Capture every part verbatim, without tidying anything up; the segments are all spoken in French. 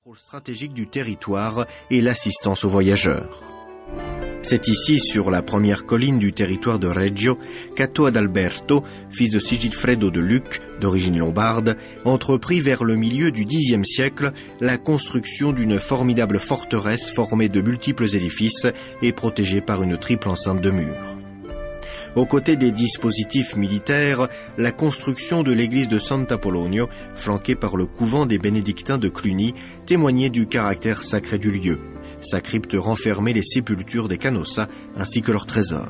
contrôle stratégique du territoire et l'assistance aux voyageurs. C'est ici, sur la première colline du territoire de Reggio, qu'Atto Adalberto, fils de Sigifredo de Lucques, d'origine lombarde, entreprit vers le milieu du dixième siècle la construction d'une formidable forteresse formée de multiples édifices et protégée par une triple enceinte de murs. Aux côtés des dispositifs militaires, la construction de l'église de Sant'Apolonio, flanquée par le couvent des bénédictins de Cluny, témoignait du caractère sacré du lieu. Sa crypte renfermait les sépultures des Canossa ainsi que leurs trésors.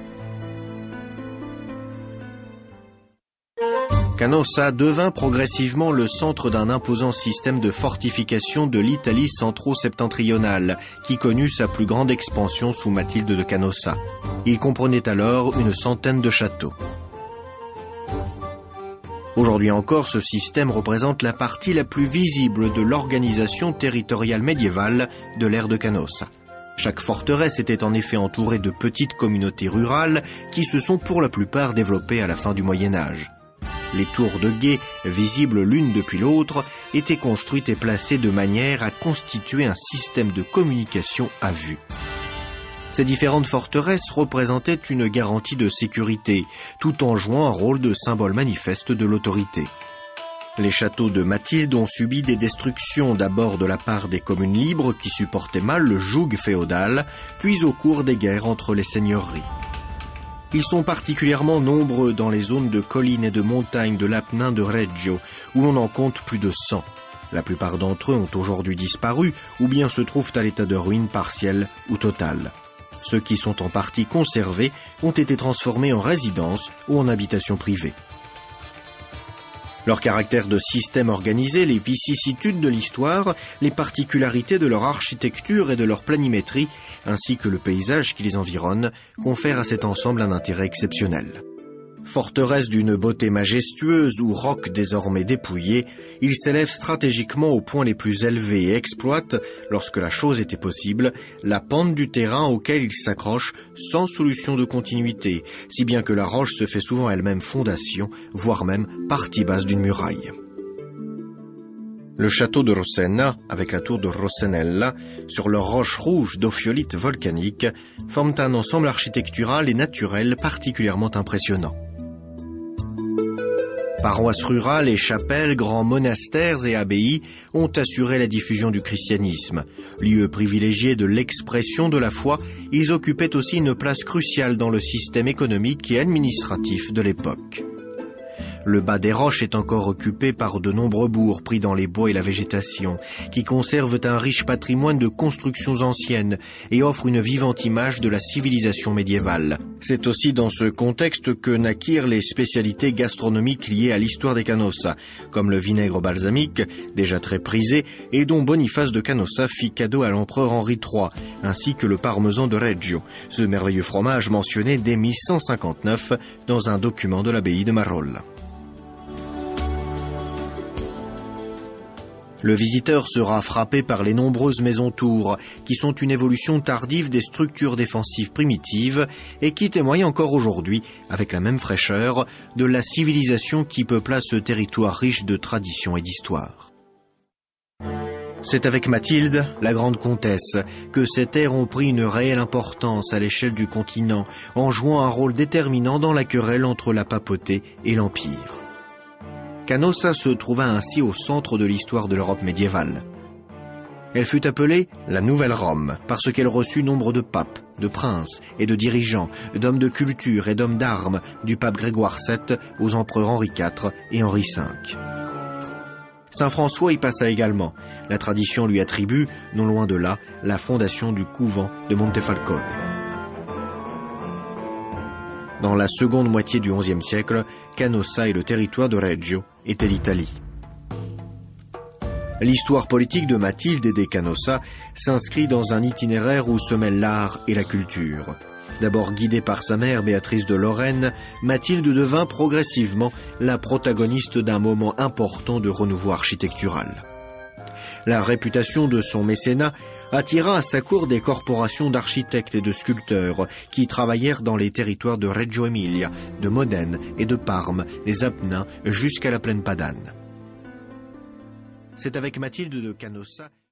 Canossa devint progressivement le centre d'un imposant système de fortification de l'Italie centro-septentrionale, qui connut sa plus grande expansion sous Mathilde de Canossa. Il comprenait alors une centaine de châteaux. Aujourd'hui encore, ce système représente la partie la plus visible de l'organisation territoriale médiévale de l'ère de Canossa. Chaque forteresse était en effet entourée de petites communautés rurales qui se sont pour la plupart développées à la fin du Moyen-Âge. Les tours de guet, visibles l'une depuis l'autre, étaient construites et placées de manière à constituer un système de communication à vue. Ces différentes forteresses représentaient une garantie de sécurité, tout en jouant un rôle de symbole manifeste de l'autorité. Les châteaux de Mathilde ont subi des destructions, d'abord de la part des communes libres qui supportaient mal le joug féodal, puis au cours des guerres entre les seigneuries. Ils sont particulièrement nombreux dans les zones de collines et de montagnes de l'Apennin de Reggio, où l'on en compte plus de cent. La plupart d'entre eux ont aujourd'hui disparu, ou bien se trouvent à l'état de ruine partielle ou totale. Ceux qui sont en partie conservés ont été transformés en résidences ou en habitations privées. Leur caractère de système organisé, les vicissitudes de l'histoire, les particularités de leur architecture et de leur planimétrie, ainsi que le paysage qui les environne, confèrent à cet ensemble un intérêt exceptionnel. Forteresse d'une beauté majestueuse ou roc désormais dépouillé, il s'élève stratégiquement aux points les plus élevés et exploite, lorsque la chose était possible, la pente du terrain auquel il s'accroche sans solution de continuité, si bien que la roche se fait souvent elle-même fondation, voire même partie basse d'une muraille. Le château de Rossena, avec la tour de Rossenella, sur leurs roches rouges d'ophiolite volcanique, forment un ensemble architectural et naturel particulièrement impressionnant. Paroisses rurales et chapelles, grands monastères et abbayes ont assuré la diffusion du christianisme. Lieu privilégié de l'expression de la foi, ils occupaient aussi une place cruciale dans le système économique et administratif de l'époque. Le bas des roches est encore occupé par de nombreux bourgs pris dans les bois et la végétation, qui conservent un riche patrimoine de constructions anciennes et offrent une vivante image de la civilisation médiévale. C'est aussi dans ce contexte que naquirent les spécialités gastronomiques liées à l'histoire des Canossa, comme le vinaigre balsamique, déjà très prisé, et dont Boniface de Canossa fit cadeau à l'empereur Henri trois, ainsi que le parmesan de Reggio, ce merveilleux fromage mentionné dès mille cent cinquante-neuf dans un document de l'abbaye de Marolle. Le visiteur sera frappé par les nombreuses maisons-tours, qui sont une évolution tardive des structures défensives primitives et qui témoignent encore aujourd'hui, avec la même fraîcheur, de la civilisation qui peupla ce territoire riche de traditions et d'histoire. C'est avec Mathilde, la grande comtesse, que ces terres ont pris une réelle importance à l'échelle du continent, en jouant un rôle déterminant dans la querelle entre la papauté et l'Empire. Canossa se trouva ainsi au centre de l'histoire de l'Europe médiévale. Elle fut appelée la Nouvelle Rome parce qu'elle reçut nombre de papes, de princes et de dirigeants, d'hommes de culture et d'hommes d'armes, du pape Grégoire sept aux empereurs Henri quatre et Henri cinq. Saint François y passa également. La tradition lui attribue, non loin de là, la fondation du couvent de Montefalcone. Dans la seconde moitié du onzième siècle, Canossa et le territoire de Reggio étaient l'Italie. L'histoire politique de Mathilde et des Canossa s'inscrit dans un itinéraire où se mêlent l'art et la culture. D'abord guidée par sa mère Béatrice de Lorraine, Mathilde devint progressivement la protagoniste d'un moment important de renouveau architectural. La réputation de son mécénat attira à sa cour des corporations d'architectes et de sculpteurs qui travaillèrent dans les territoires de Reggio Emilia, de Modène et de Parme, des Apennins jusqu'à la plaine padane. C'est avec Mathilde de Canossa